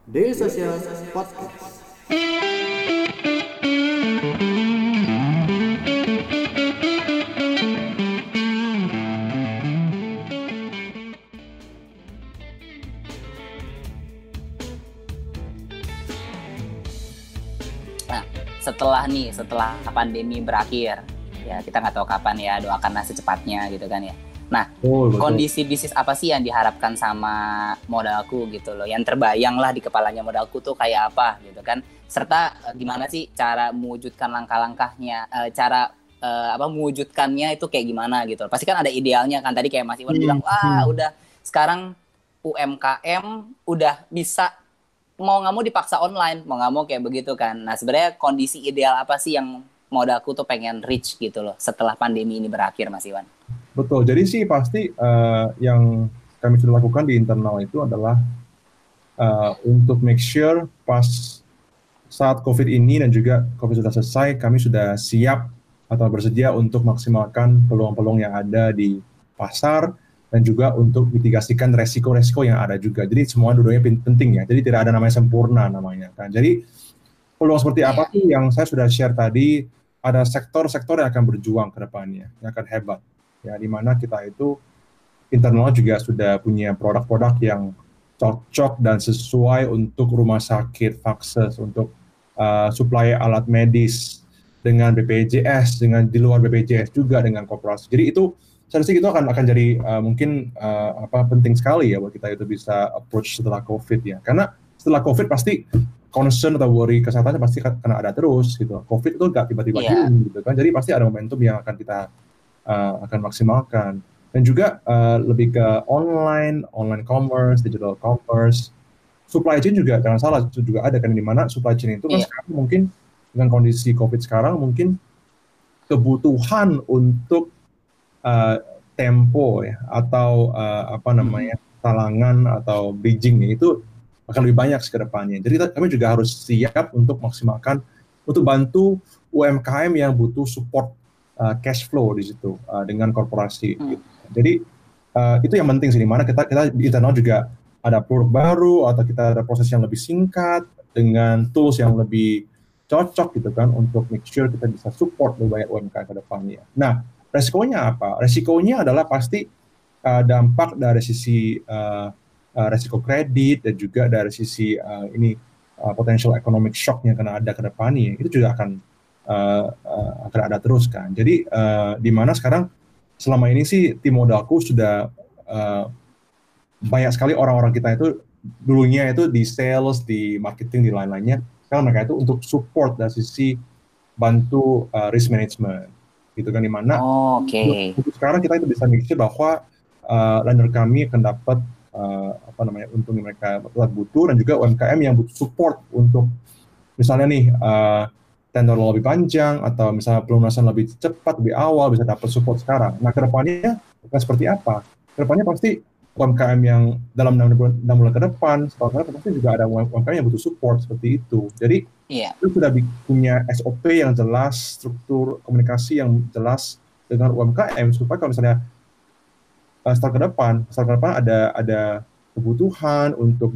Daily Social Podcast. Nah, setelah pandemi berakhir, ya kita nggak tahu kapan ya, doakanlah secepatnya gitu kan ya. Nah, Betul. kondisi bisnis apa sih yang diharapkan sama modalku gitu loh, yang terbayang lah di kepalanya modalku tuh kayak apa gitu kan, serta gimana sih cara mewujudkan langkah-langkahnya, mewujudkannya itu kayak gimana gitu. Pasti kan ada idealnya kan, tadi kayak Mas Iwan bilang, wah udah sekarang UMKM udah bisa mau nggak mau dipaksa online, mau nggak mau kayak begitu kan. Nah sebenarnya kondisi ideal apa sih yang modalku tuh pengen reach gitu loh setelah pandemi ini berakhir, Mas Iwan? Betul, jadi sih pasti yang kami sudah lakukan di internal itu adalah untuk make sure pas saat COVID ini dan juga COVID sudah selesai, kami sudah siap atau bersedia untuk maksimalkan peluang-peluang yang ada di pasar dan juga untuk mitigasikan resiko-resiko yang ada juga. Jadi semua dua-duanya penting ya, jadi tidak ada namanya sempurna namanya kan. Jadi peluang seperti apa sih yang saya sudah share tadi, ada sektor-sektor yang akan berjuang ke depannya, yang akan hebat. Ya, di mana kita itu internal juga sudah punya produk-produk yang cocok dan sesuai untuk rumah sakit, vakses, untuk suplai alat medis dengan BPJS, dengan di luar BPJS juga dengan koperasi. Jadi itu saya rasa itu akan jadi mungkin penting sekali ya buat kita itu bisa approach setelah COVID ya. Karena setelah COVID pasti concern atau worry kesehatannya pasti akan ada terus gitu. COVID itu nggak tiba-tiba hilang gitu kan. Jadi pasti ada momentum yang akan kita akan maksimalkan. Dan juga lebih ke online commerce, digital commerce, supply chain juga jangan salah, itu juga ada kan, di mana supply chain itu kan sekarang mungkin dengan kondisi COVID sekarang mungkin kebutuhan untuk tempo ya atau talangan atau bridging itu akan lebih banyak ke depannya. Jadi kami juga harus siap untuk maksimalkan untuk bantu UMKM yang butuh support cash flow di situ dengan korporasi. Gitu. Jadi itu yang penting sih, di mana kita di internal juga ada produk baru atau kita ada proses yang lebih singkat dengan tools yang lebih cocok gitu kan untuk make sure kita bisa support lebih banyak UMKM ke depannya. Nah, resikonya apa? Resikonya adalah pasti dampak dari sisi resiko kredit dan juga dari sisi potential economic shock yang akan ada ke depannya. Itu juga akan ada terus kan. Jadi di mana sekarang selama ini sih tim modalku sudah banyak sekali orang-orang kita itu dulunya itu di sales, di marketing, di lain-lainnya. Sekarang mereka itu untuk support dari sisi bantu risk management, gitu kan, di mana untuk sekarang kita itu bisa make sure bahwa lender kami akan dapat untung yang mereka butuh, dan juga UMKM yang butuh support untuk misalnya nih tender lebih panjang atau misalnya pelunasan lebih cepat, lebih awal, bisa dapat support sekarang. Nah, kedepannya akan seperti apa? Kedepannya pasti UMKM yang dalam 6 bulan ke depan, setelah pasti juga ada UMKM yang butuh support seperti itu. Jadi itu sudah punya SOP yang jelas, struktur komunikasi yang jelas dengan UMKM supaya kalau misalnya start ke depan ada kebutuhan untuk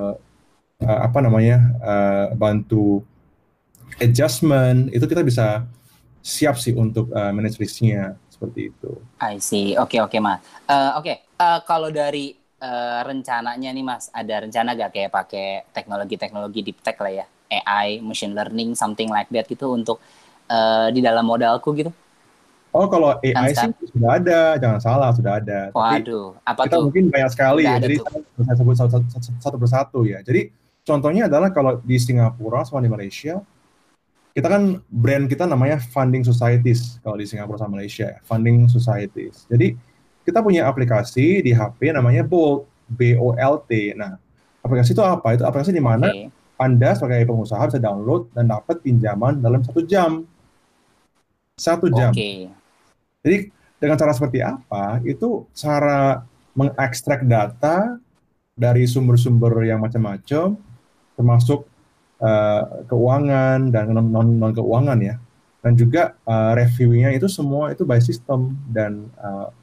bantu adjustment, itu kita bisa siap sih untuk manage risk-nya seperti itu. I see. Oke, Mas. Kalau dari rencananya nih Mas, ada rencana gak kayak pakai teknologi deep tech lah ya, AI, machine learning, something like that gitu untuk di dalam modalku gitu? Oh, kalau AI sih sudah ada, jangan salah, sudah ada. Waduh, apa kita tuh? Mungkin banyak sekali ya, jadi saya sebut satu persatu ya. Jadi contohnya adalah kalau di Singapura sama di Malaysia, kita kan brand kita namanya Funding Societies kalau di Singapura sama Malaysia, Funding Societies. Jadi kita punya aplikasi di HP namanya Bolt, BOLT. Nah, aplikasi itu apa? Itu aplikasi di mana Anda sebagai pengusaha bisa download dan dapat pinjaman dalam 1 jam. 1 jam. Jadi dengan cara seperti apa? Itu cara mengekstrak data dari sumber-sumber yang macam-macam, termasuk keuangan dan non keuangan ya, dan juga reviewnya itu semua itu by system dan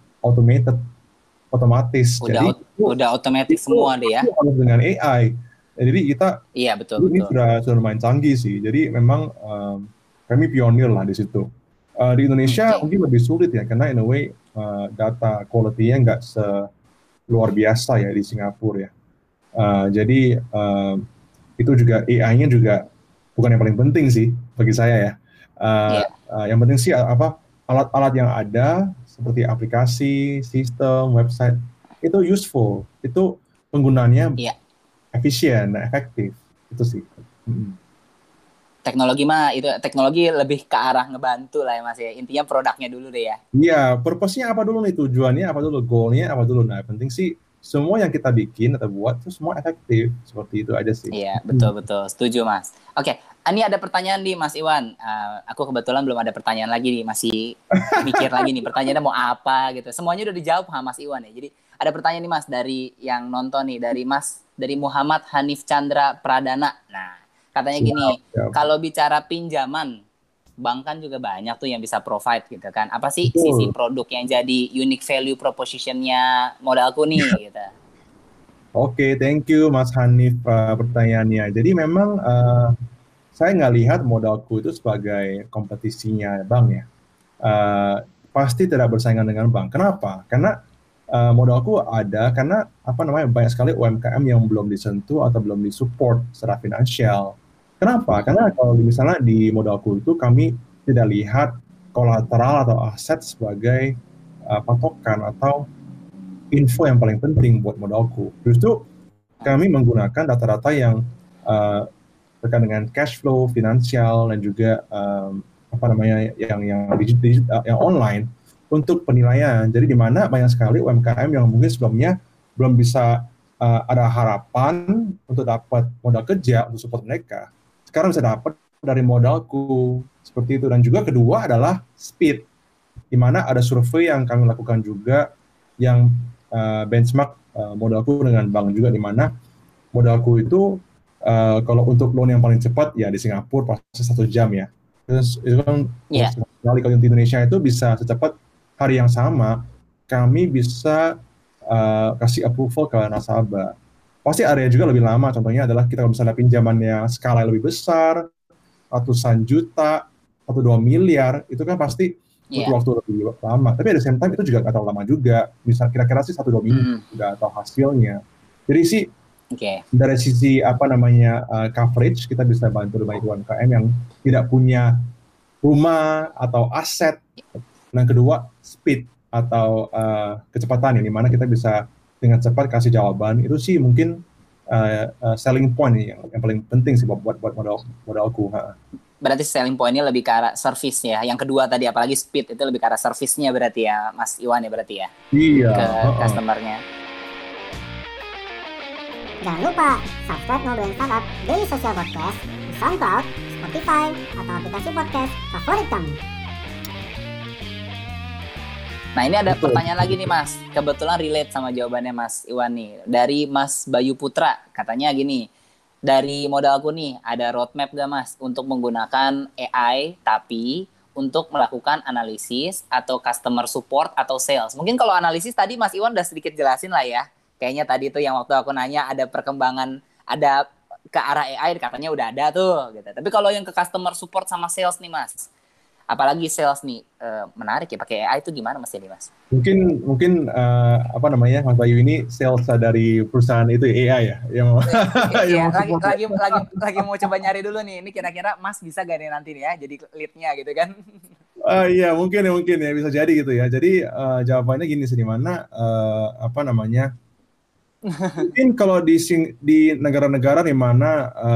otomatis. Udah otomatis semua deh ya. Dengan AI. Jadi kita Iya, betul ini betul. sudah lumayan canggih sih. Jadi memang kami pionir lah di situ. Di Indonesia Oke. mungkin lebih sulit ya, karena in a way data quality-nya nggak seluar biasa ya di Singapura ya. Jadi itu juga AI-nya juga bukan yang paling penting sih bagi saya ya. Iya, Yang penting sih apa alat-alat yang ada seperti aplikasi, sistem, website itu useful, itu penggunaannya iya. efisien, efektif itu sih. Teknologi mah itu teknologi lebih ke arah ngebantu lah ya Mas ya. Intinya produknya dulu deh ya. Iya, purpose-nya apa dulu nih, tujuannya apa dulu, goal-nya apa dulu. Nah, yang penting sih semua yang kita bikin atau buat itu semua efektif, seperti itu aja sih. Iya, betul betul. Setuju, Mas. Oke, ini ada pertanyaan nih Mas Iwan. Aku kebetulan belum ada pertanyaan lagi nih, masih mikir lagi nih pertanyaannya mau apa gitu. Semuanya udah dijawab sama Mas Iwan ya. Jadi ada pertanyaan nih Mas dari yang nonton nih, dari Muhammad Hanif Chandra Pradana. Nah, katanya Siap, gini, siap. kalau bicara pinjaman, bank kan juga banyak tuh yang bisa provide gitu kan. Apa sih sisi Betul. produk yang jadi unique value proposition-nya modalku nih gitu. Oke, thank you Mas Hanif pertanyaannya. Jadi memang saya nggak lihat modalku itu sebagai kompetisinya bank ya. Uh, Pasti tidak bersaingan dengan bank. Kenapa? Karena modalku ada karena apa namanya banyak sekali UMKM yang belum disentuh atau belum disupport secara finansial. Kenapa? Karena kalau misalnya di modalku itu kami tidak lihat kolateral atau aset sebagai patokan atau info yang paling penting buat modalku. Justru kami menggunakan data-data yang uh, terkait dengan cash flow, finansial, dan juga apa namanya yang online untuk penilaian. Jadi di mana banyak sekali UMKM yang mungkin sebelumnya belum bisa ada harapan untuk dapat modal kerja untuk support mereka. Sekarang bisa dapat dari modalku seperti itu. Dan juga kedua adalah speed, di mana ada survei yang kami lakukan juga yang benchmark modalku dengan bank juga, di mana modalku itu kalau untuk loan yang paling cepat ya di Singapura pasti 1 jam ya. Terus itu kan Iya. sekali, kalau di Indonesia itu bisa secepat hari yang sama kami bisa kasih approval ke nasabah. Pasti area juga lebih lama. Contohnya adalah kita kalau misalnya pinjamannya skala yang lebih besar, ratusan juta atau 2 miliar, itu kan pasti butuh Iya. waktu lebih lama. Tapi at the same time itu juga nggak terlalu lama juga. Bisa kira-kira sih 1-2 minggu sudah tahu hasilnya. Jadi sih Oke. dari sisi apa namanya coverage, kita bisa bantu banyak UMKM yang tidak punya rumah atau aset. Dan kedua speed atau kecepatan ya, dimana kita bisa dengan cepat kasih jawaban. Itu sih mungkin selling point yang paling penting sih buat modalku. Berarti selling point-nya lebih ke arah service ya. Yang kedua tadi apalagi speed itu lebih ke arah service-nya berarti ya Mas Iwan ya berarti ya. Iya. Ke customer-nya. Jangan lupa subscribe Ngobrolin Startup Daily Social Podcast di SoundCloud, Spotify, atau aplikasi podcast favorit kamu. Nah ini ada pertanyaan lagi nih Mas. Kebetulan relate sama jawabannya Mas Iwan nih. Dari Mas Bayu Putra. Katanya gini. Dari modalku nih ada roadmap gak Mas untuk menggunakan AI tapi untuk melakukan analisis atau customer support atau sales. Mungkin kalau analisis tadi Mas Iwan udah sedikit jelasin lah ya. Kayaknya tadi tuh yang waktu aku nanya ada perkembangan, ada ke arah AI katanya udah ada tuh gitu. Tapi kalau yang ke customer support sama sales nih Mas, apalagi sales nih, menarik ya pakai AI itu gimana Mas ini Mas? Mungkin apa namanya Mas Bayu ini sales dari perusahaan itu AI ya yang Iya, support. lagi mau coba nyari dulu nih. Ini kira-kira Mas bisa gak nih nanti nih ya jadi lead-nya gitu kan? Iya mungkin ya bisa jadi gitu ya. Jadi jawabannya gini sih, di mana apa namanya mungkin kalau di negara-negara di mana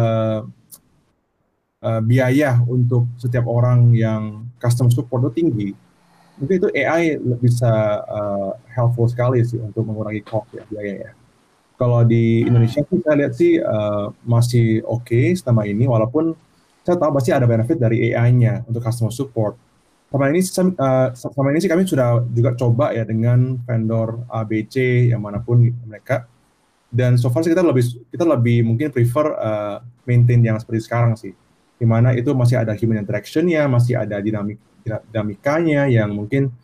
biaya untuk setiap orang yang customer support itu tinggi, mungkin itu AI bisa helpful sekali sih untuk mengurangi cost ya, biaya ya. Kalau di Indonesia sih saya lihat sih masih oke selama ini, walaupun saya tahu pasti ada benefit dari AI-nya untuk customer support. Selama ini sih kami sudah juga coba ya dengan vendor ABC yang manapun mereka, dan so far sih kita lebih mungkin prefer maintain yang seperti sekarang sih, dimana itu masih ada human interaction-nya, masih ada dinamikanya yang mungkin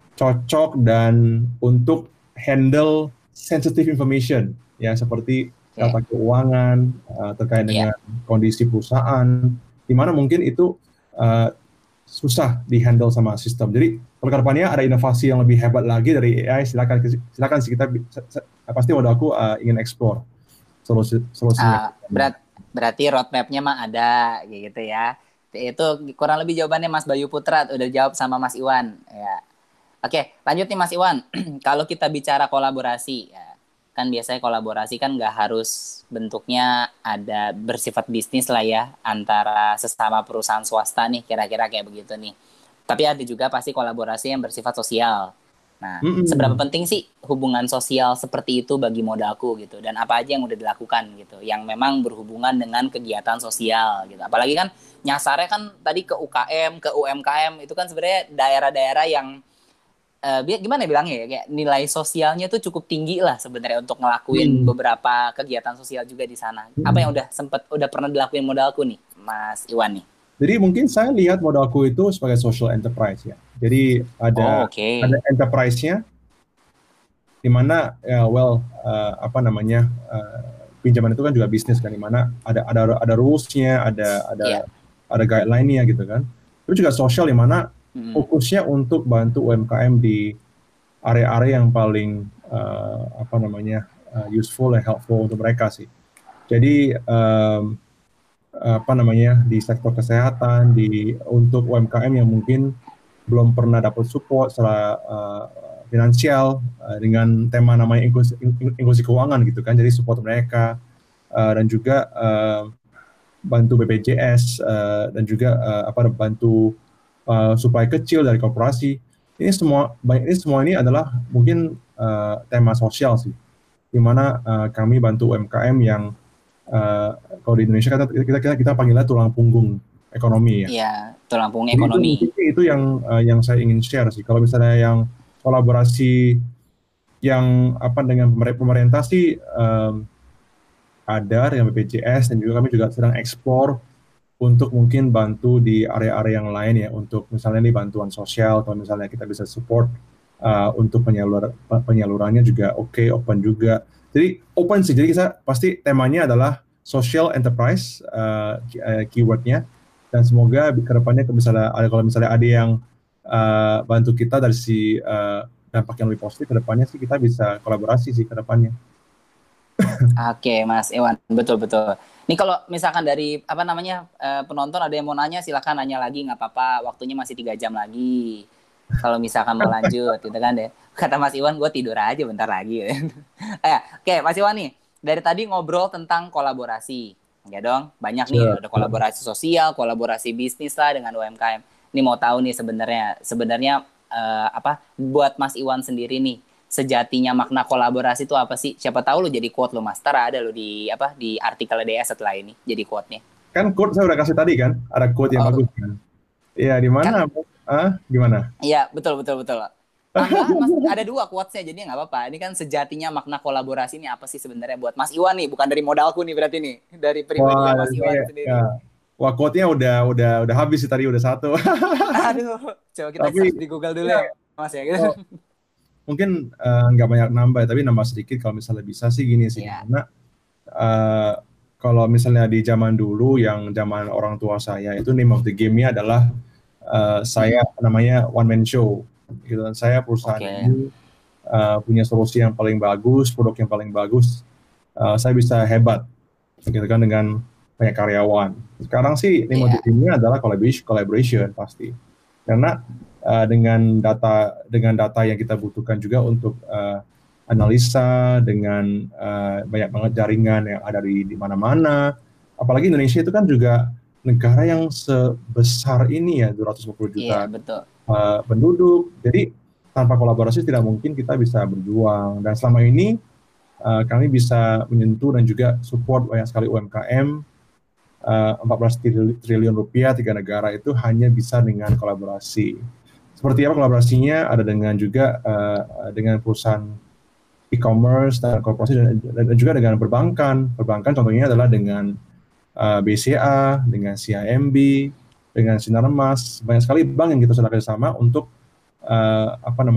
cocok dan untuk handle sensitive information ya, seperti data keuangan, terkait dengan kondisi perusahaan, di mana mungkin itu susah di-handle sama sistem. Jadi kalau ke depannya ada inovasi yang lebih hebat lagi dari AI, silakan sih kita pasti modal aku ingin explore solusinya. Berarti roadmap-nya mah ada gitu ya. Itu kurang lebih jawabannya Mas Bayu Putra, udah jawab sama Mas Iwan ya. Oke, lanjut nih Mas Iwan. Kalau kita bicara kolaborasi ya, kan biasanya kolaborasi kan nggak harus bentuknya ada bersifat bisnis lah ya, antara sesama perusahaan swasta nih, kira-kira kayak begitu nih. Tapi ada juga pasti kolaborasi yang bersifat sosial. Nah, seberapa penting sih hubungan sosial seperti itu bagi modalku gitu, dan apa aja yang udah dilakukan gitu, yang memang berhubungan dengan kegiatan sosial gitu. Apalagi kan nyasarnya kan tadi ke UKM, ke UMKM, itu kan sebenarnya daerah-daerah yang gimana bilangnya ya, kayak nilai sosialnya tuh cukup tinggi lah sebenarnya untuk ngelakuin beberapa kegiatan sosial juga di sana. Apa yang udah pernah dilakuin modalku nih, Mas Iwan nih? Jadi mungkin saya lihat modalku itu sebagai social enterprise ya. Jadi ada enterprise-nya, di mana pinjaman itu kan juga bisnis kan, di mana ada rules-nya, ada guideline-nya gitu kan. Itu juga social, di mana fokusnya untuk bantu UMKM di area-area yang paling useful dan helpful untuk mereka sih. Jadi di sektor kesehatan, untuk UMKM yang mungkin belum pernah dapat support secara finansial, dengan tema namanya inklusi keuangan gitu kan. Jadi support mereka, dan juga bantu BPJS, dan juga bantu supply kecil dari korporasi. Ini semua ini adalah mungkin tema sosial sih, di mana kami bantu UMKM yang kalau di Indonesia kita panggilnya tulang punggung ekonomi ya. Iya, tulang punggung ekonomi. Itu yang saya ingin share sih. Kalau misalnya yang kolaborasi yang dengan pemerintah sih ada dengan BPJS, dan juga kami juga sedang eksplor untuk mungkin bantu di area-area yang lain ya, untuk misalnya nih bantuan sosial, kalau misalnya kita bisa support untuk penyalurannya juga open juga. Jadi open sih, jadi kita pasti temanya adalah social enterprise, keywordnya, dan semoga ke depannya kalau misalnya ada yang bantu kita dari si dampak yang lebih positif ke depannya sih, kita bisa kolaborasi sih ke depannya. Oke, Mas Iwan, betul. Nih kalau misalkan dari penonton ada yang mau nanya, silakan nanya lagi, nggak apa-apa. Waktunya masih 3 jam lagi. Kalau misalkan mau lanjut, gitu kan deh. Kata Mas Iwan, gue tidur aja bentar lagi. Oke, Mas Iwan nih, dari tadi ngobrol tentang kolaborasi, ya dong. Banyak nih, ada kolaborasi sosial, kolaborasi bisnis lah dengan UMKM. Ini mau tahu nih sebenarnya buat Mas Iwan sendiri nih, sejatinya makna kolaborasi itu apa sih? Siapa tahu lo jadi quote lo, Mas. Tar ada lo di artikel DS setelah ini jadi quote-nya. Kan quote saya udah kasih tadi kan, ada quote yang bagus kan. Iya, di mana? Gimana? Iya, betul. Mas, ada 2 quotes-nya, jadi nggak apa-apa. Ini kan sejatinya makna kolaborasi ini apa sih sebenarnya buat Mas Iwan nih, bukan dari modalku nih berarti nih, dari pribadi Mas Iwan sendiri. Ya. Wah, quote-nya udah habis sih tadi, udah 1. Aduh, coba kita search di Google dulu ya, Mas ya gitu. Mungkin nggak banyak nambah, tapi nambah sedikit kalau misalnya bisa sih gini sih. Karena kalau misalnya di zaman dulu, yang zaman orang tua saya, itu name of the game-nya adalah saya namanya one man show. Gitu. Dan saya perusahaan ini punya solusi yang paling bagus, produk yang paling bagus, saya bisa hebat, gitu kan, dengan banyak karyawan. Sekarang sih name of the game-nya adalah collaboration pasti. Karena dengan data yang kita butuhkan juga untuk analisa, dengan banyak banget jaringan yang ada di mana-mana. Apalagi Indonesia itu kan juga negara yang sebesar ini ya, 250 juta penduduk. Jadi tanpa kolaborasi tidak mungkin kita bisa berjuang. Dan selama ini kami bisa menyentuh dan juga support banyak sekali UMKM. 14 triliun rupiah 3 negara itu hanya bisa dengan kolaborasi. Seperti apa kolaborasinya? Ada dengan juga dengan perusahaan e-commerce dan korporasi, dan juga dengan perbankan. Perbankan contohnya adalah dengan BCA, dengan CIMB, dengan Sinarmas. Banyak sekali bank yang kita sudah kerjasama untuk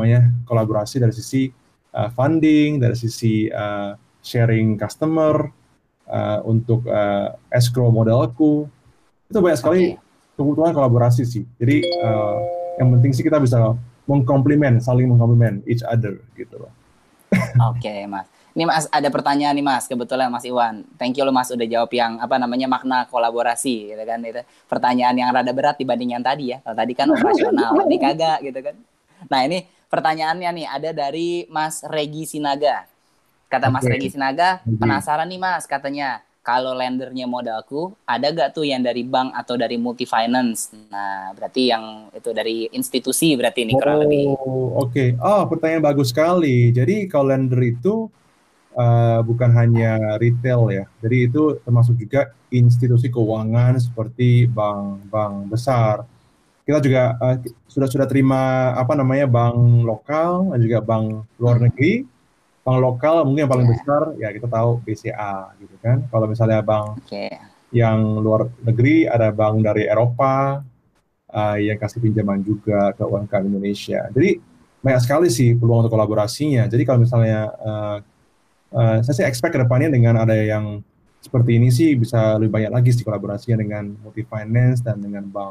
kolaborasi dari sisi funding, dari sisi sharing customer, untuk escrow modalku. Itu banyak sekali kebutuhan kolaborasi sih. Jadi yang penting sih kita bisa saling mengkomplement each other gitu loh. Oke, Mas. Ini Mas ada pertanyaan nih Mas, kebetulan Mas Iwan. Thank you loh Mas udah jawab yang makna kolaborasi gitu kan. Itu pertanyaan yang rada berat dibanding yang tadi ya. Kalau tadi kan operasional, ini kagak gitu kan. Nah, ini pertanyaannya nih ada dari Mas Regi Sinaga. Kata Mas Regi Sinaga, penasaran nih Mas, katanya kalau lendernya modalku, ada gak tuh yang dari bank atau dari multi finance? Nah, berarti yang itu dari institusi berarti ini kurang lebih. Oke. Pertanyaan bagus sekali. Jadi kalau lender itu bukan hanya retail ya. Jadi itu termasuk juga institusi keuangan seperti bank-bank besar. Kita juga sudah terima bank lokal dan juga bank luar negeri. Bank lokal mungkin yang paling besar ya kita tahu BCA gitu kan. Kalau misalnya bank yang luar negeri ada bank dari Eropa yang kasih pinjaman juga ke UMKM Indonesia. Jadi banyak sekali sih peluang untuk kolaborasinya. Jadi kalau misalnya saya sih expect ke depannya dengan ada yang seperti ini sih bisa lebih banyak lagi sih kolaborasinya dengan multi finance dan dengan bank.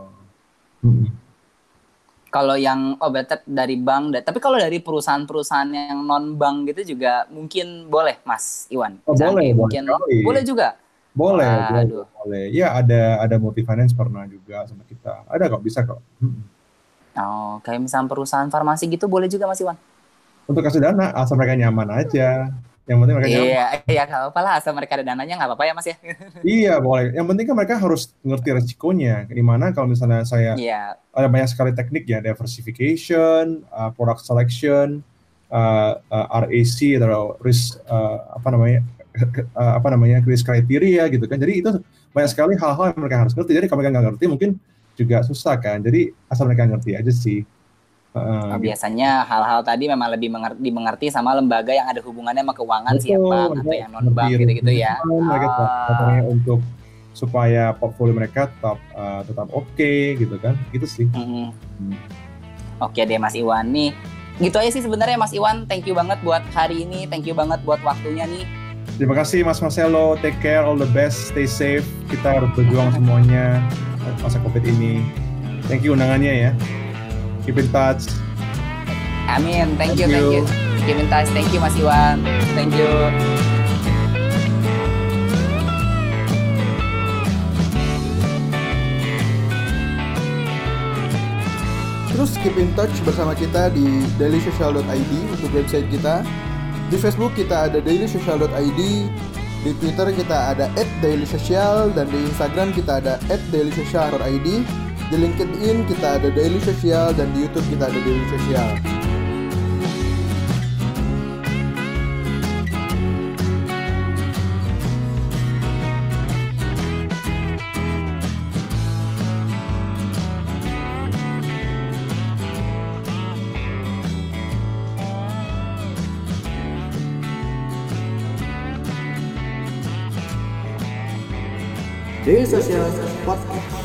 Kalau yang berarti dari bank, tapi kalau dari perusahaan-perusahaan yang non bank gitu juga mungkin boleh, Mas Iwan. Boleh, mungkin boleh juga. Boleh. Ya ada multi finance pernah juga sama kita. Ada kok, bisa kok. Kayak misalnya perusahaan farmasi gitu boleh juga Mas Iwan. Untuk kasih dana asal mereka nyaman aja. Yang penting mereka nyaman. Iya, nggak apa-apa lah, asal mereka ada dananya nggak apa-apa ya Mas ya. Iya boleh. Yang penting kan mereka harus ngerti resikonya. Dimana kalau misalnya saya ada banyak sekali teknik ya, diversification, product selection, RAC atau risk risk criteria gitu kan. Jadi itu banyak sekali hal-hal yang mereka harus ngerti. Jadi kalau mereka nggak ngerti mungkin juga susah kan. Jadi asal mereka ngerti aja sih. Biasanya hal-hal tadi memang lebih dimengerti sama lembaga yang ada hubungannya sama keuangan sih ya Bang, atau yang non bank gitu-gitu ya. Mereka untuk supaya portfolio mereka tetap oke gitu kan, gitu sih. Oke deh Mas Iwan nih, gitu aja sih sebenarnya Mas Iwan. Thank you banget buat hari ini, thank you banget buat waktunya nih. Terima kasih Mas Marcelo, take care, all the best, stay safe. Kita harus berjuang semuanya masa COVID ini. Thank you undangannya ya. Keep in touch. Amin. Thank you. Keep in touch. Thank you Mas Iwan. Thank you. Terus keep in touch bersama kita di dailysocial.id untuk website kita. Di Facebook kita ada dailysocial.id. Di Twitter kita ada @dailysocial dan di Instagram kita ada @dailysocial.id. Di LinkedIn kita ada Daily Social dan di YouTube kita ada Daily Social. Daily Social Podcast.